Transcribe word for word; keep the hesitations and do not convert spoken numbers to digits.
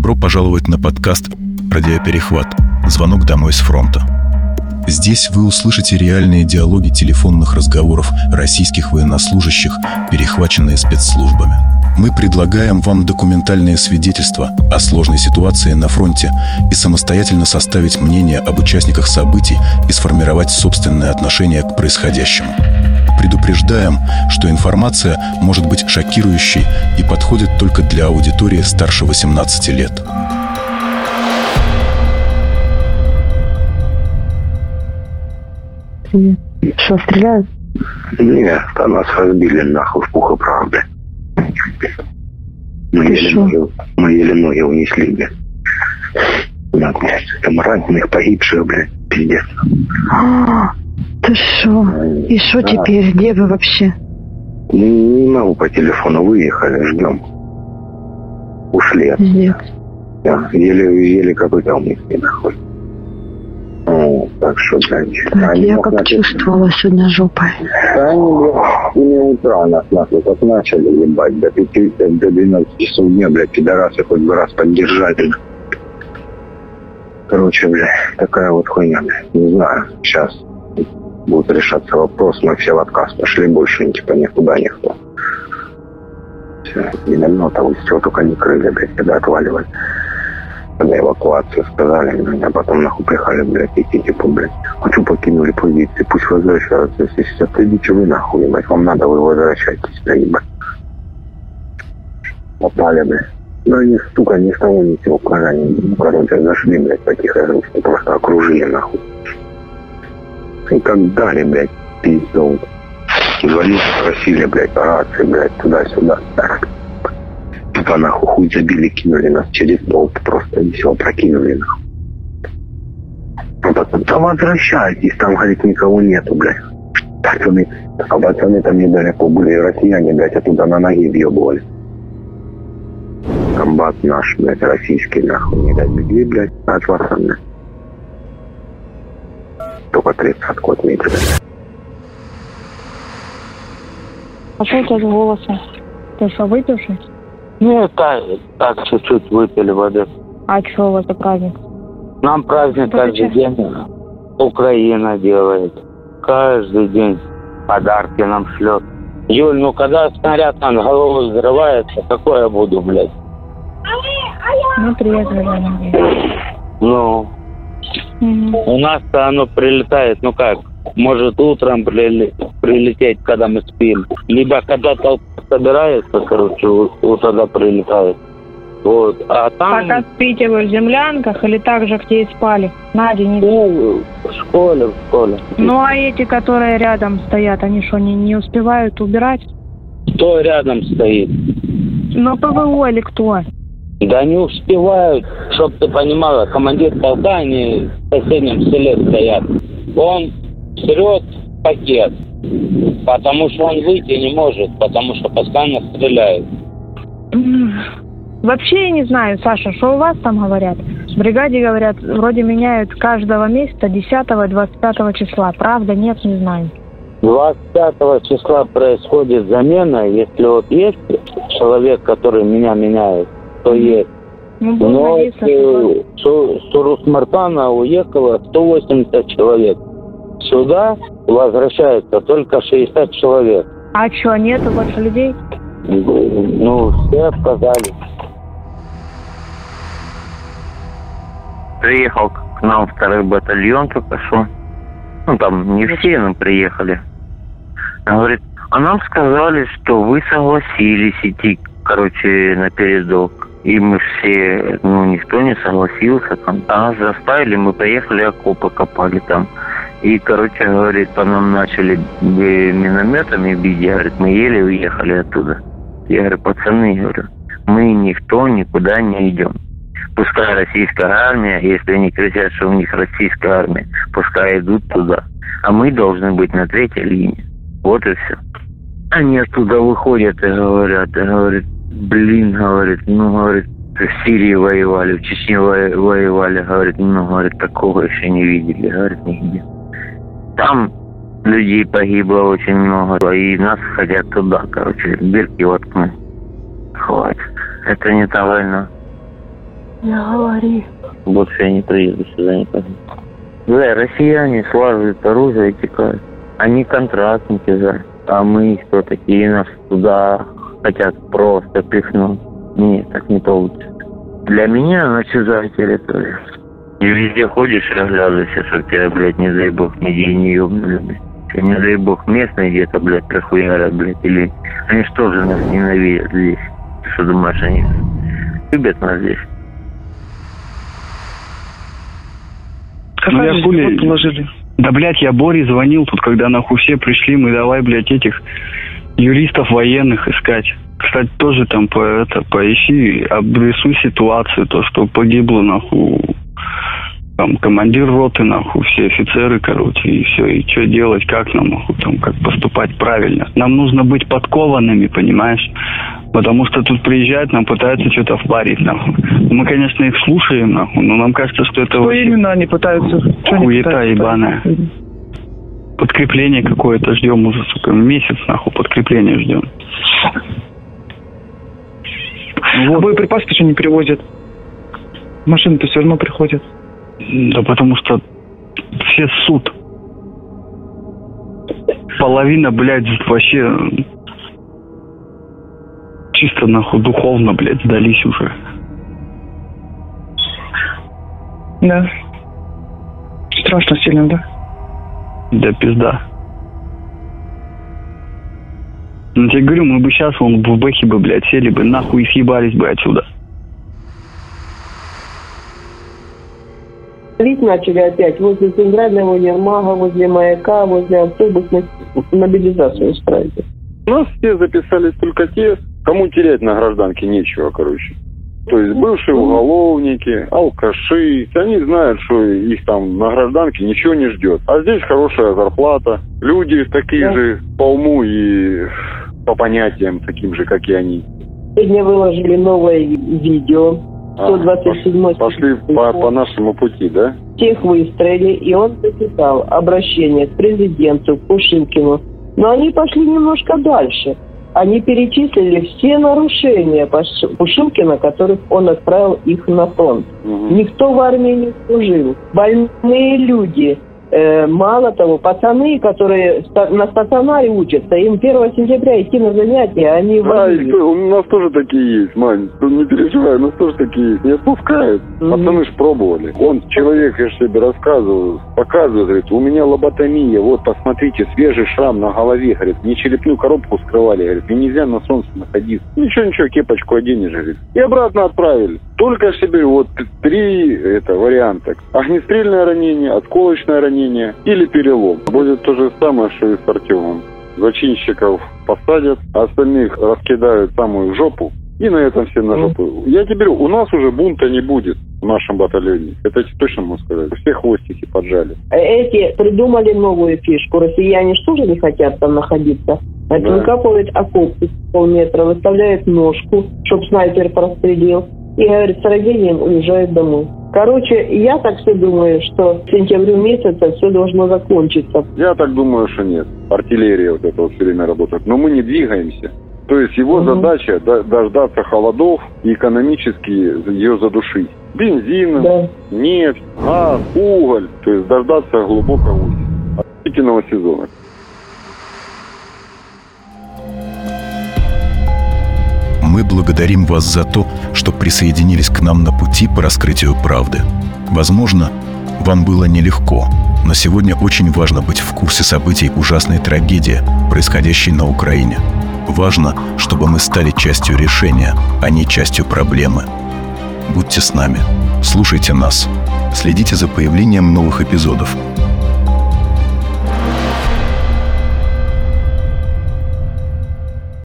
Добро пожаловать на подкаст «Радиоперехват. Звонок домой с фронта». Здесь вы услышите реальные диалоги телефонных разговоров российских военнослужащих, перехваченные спецслужбами. Мы предлагаем вам документальные свидетельства о сложной ситуации на фронте и самостоятельно составить мнение об участниках событий и сформировать собственное отношение к происходящему. Предупреждаем, что информация может быть шокирующей и подходит только для аудитории старше восемнадцати лет. Что, стреляют? Нет, а нас разбили нахуй в пух и прах, блядь. Мы еле, ноги, мы еле ноги унесли, блядь. Да, блядь, там раненых, погибших, блядь, пиздец. А, ты шо? И шо да. Теперь? Где вы вообще? Не, не могу по телефону, выехали, ждем. Ушли. Нет. Да, еле, еле какой-то у них не находит. О, так что, блядь. Так, я как начать... чувствовала сегодня жопой. Да они, блядь, не утра нас нахуй как начали ебать. До пяти, до двенадцати часов дня, блядь, пидорасы хоть бы раз поддержать. Короче, блядь, такая вот хуйня, блядь. Не знаю, сейчас будет решаться вопрос. Мы все в отказ пошли, больше типа никуда никто. Все, миномета все только не крыли, блядь, когда отваливали. Когда эвакуацию сказали, а потом нахуй приехали, блядь, идти, типа, блядь, хочу покинули позиции, пусть возвращаются. Если сейчас идите вы нахуй, ебать, вам надо, вы возвращайтесь, да, ебать. Попали, блядь. Ну, ни стука, ни с того, ни с того, когда они, ну, короче, зашли, блядь, по-тихорусски, просто окружили, нахуй. И как дали, блядь, пиздол. Звонили, просили, блядь, по рации, блядь, туда-сюда, так. Тупо нахуй хуй забили, кинули нас через долг, просто все прокинули нахуй. А потом, да возвращайтесь, там, говорит, никого нету, блядь. Пацаны, а пацаны там недалеко были россияне, блядь, оттуда на ноги въебывали. Комбат наш, блядь, российский, нахуй, не добегли, блядь, от вас, блядь. Только тридцатку отметили. А что у тебя с голосом? Ты что, выпивший? Ну, так, так чуть-чуть выпили воды. А что у вас за праздник? Нам праздник что каждый день Украина делает. Каждый день подарки нам шлет. Юль, ну когда снаряд на голову взрывается, какой я буду, блядь? Ну, приятно. Ну, mm-hmm. У нас-то оно прилетает, ну как, может утром прилететь, когда мы спим. Либо когда толпа собирается, короче, вот тогда прилетает. Вот. А там... Пока спите вы в землянках или так же, где и спали? На день? Ну, в школе, в школе. Ну, а эти, которые рядом стоят, они что, не, не успевают убирать? Кто рядом стоит? Ну, ПВО или кто? Да не успевают, чтоб ты понимала, командир полка, они в соседнем селе стоят. Он срет пакет, потому что он выйти не может, потому что постоянно стреляют. Вообще я не знаю, Саша, что у вас там говорят? В бригаде говорят, вроде меняют каждого месяца десятого и двадцать пятого числа. Правда? Нет, не знаю. двадцать пятого числа происходит замена, если вот есть человек, который меня меняет, то есть. Ну, но с Урус-Мартана уехало сто восемьдесят человек. Сюда возвращается только шестьдесят человек. А что, нету больше людей? Ну, все отказались. Приехал к нам второй батальон только что. Ну, там не все, но приехали. Он говорит, а нам сказали, что вы согласились идти, короче, на передок. И мы все, ну, никто не согласился там. А нас заставили, мы поехали, окопы копали там. И, короче, говорит, по нам начали минометами бить. Я, говорит, мы еле уехали оттуда. Я говорю, пацаны, говорю, мы никто никуда не идем. Пускай российская армия, если они кричат, что у них российская армия, пускай идут туда. А мы должны быть на третьей линии. Вот и все. Они оттуда выходят и говорят, и говорят, блин, говорит, ну, говорит, в Сирии воевали, в Чечне воевали, говорит, ну, говорит, такого еще не видели, говорит, нигде. Там людей погибло очень много, и нас хотят туда, короче, в дырки воткнуть. Хватит. Это не та война. Не говори. Больше я не приеду сюда никогда. Да, россияне слаживают оружие и текают. Они контрактники же. А мы кто такие? Нас туда хотят просто пихнуть. Нет, так не получится. Для меня она чужая территория. И везде ходишь и разглядываешься, чтобы тебя, блядь, не дай бог, нигде не ёбнули, блядь. И не дай бог, местные где-то, блядь, прихуярят, блядь. Или они что же нас ненавидят здесь? Ты что думаешь, они любят нас здесь? Ну, я хули положили. Да, блядь, я Боре звонил тут, когда нахуй все пришли, мы давай, блядь, этих юристов военных искать. Кстати, тоже там по, это, поищи, обрисуй ситуацию, то, что погибло, нахуй, там, командир роты, нахуй, все офицеры, короче, и все, и что делать, как нам, нахуй, там, как поступать правильно. Нам нужно быть подкованными, понимаешь? Потому что тут приезжают, нам пытаются что-то впарить, нахуй. Мы, конечно, их слушаем, нахуй, но нам кажется, что это... Что именно они пытаются? Хуета ебаная. Подкрепление какое-то ждем уже, сука, месяц, нахуй, подкрепление ждем. Вот. А боеприпасы почему не привозят? Машины-то все равно приходят. Да потому что все ссут. Половина, блядь, вообще чисто, нахуй, духовно, блядь, сдались уже. Да. Страшно сильно, да? Да пизда. Ну, я говорю, мы бы сейчас вон в Бэхе бы, блядь, сели бы, нахуй и съебались бы отсюда. Лить начали опять возле центрального универмага, возле маяка, возле автобусной мобилизацию устраивать. У нас все записались только те, кому терять на гражданке нечего, короче. То есть бывшие уголовники, алкаши, они знают, что их там на гражданке ничего не ждет. А здесь хорошая зарплата, люди такие да. же по уму и по понятиям таким же, как и они. Сегодня выложили новое видео. сто двадцать седьмой а, пошли по, по нашему пути, да? Всех выстроили, и он записал обращение к президенту Пушилкину. Но они пошли немножко дальше. Они перечислили все нарушения Пушилкина, которых он отправил их на фронт. Угу. Никто в армии не служил. Больные люди. Э, мало того, пацаны, которые на стационаре учатся, им первого сентября идти на занятия, они... Да, и кто, у нас тоже такие есть, Мань. Не переживай, у нас тоже такие есть. Не отпускают. Mm-hmm. Пацаны ж пробовали. Он, человек, я же тебе рассказываю, показывает, говорит, у меня лоботомия, вот, посмотрите, свежий шрам на голове, говорит, мне черепную коробку скрывали, говорит, мне нельзя на солнце находиться. Ничего, ничего, кепочку оденешь, говорит. И обратно отправили. Только себе вот три это, варианта. Огнестрельное ранение, осколочное ранение или перелом. Будет то же самое, что и с Артемом. Зачинщиков посадят, а остальных раскидают в самую жопу. И на этом все на жопу. Я тебе говорю, у нас уже бунта не будет в нашем батальоне. Это я точно могу сказать. Все хвостики поджали. Эти придумали новую фишку. Россияне что же не хотят там находиться? Это да. Выкапывают окопы полметра, выставляют ножку, чтобы снайпер прострелил. И, говорит, с ранением уезжают домой. Короче, я так все думаю, что к сентябрю месяца все должно закончиться. Я так думаю, что нет. Артиллерия вот это вот все время работает. Но мы не двигаемся. То есть его угу. задача дождаться холодов и экономически ее задушить. Бензин, да. нефть, газ, уголь. То есть дождаться глубокого отопительного сезона. Мы благодарим вас за то, что присоединились к нам на пути по раскрытию правды. Возможно, вам было нелегко, но сегодня очень важно быть в курсе событий ужасной трагедии, происходящей на Украине. Важно, чтобы мы стали частью решения, а не частью проблемы. Будьте с нами, слушайте нас, следите за появлением новых эпизодов.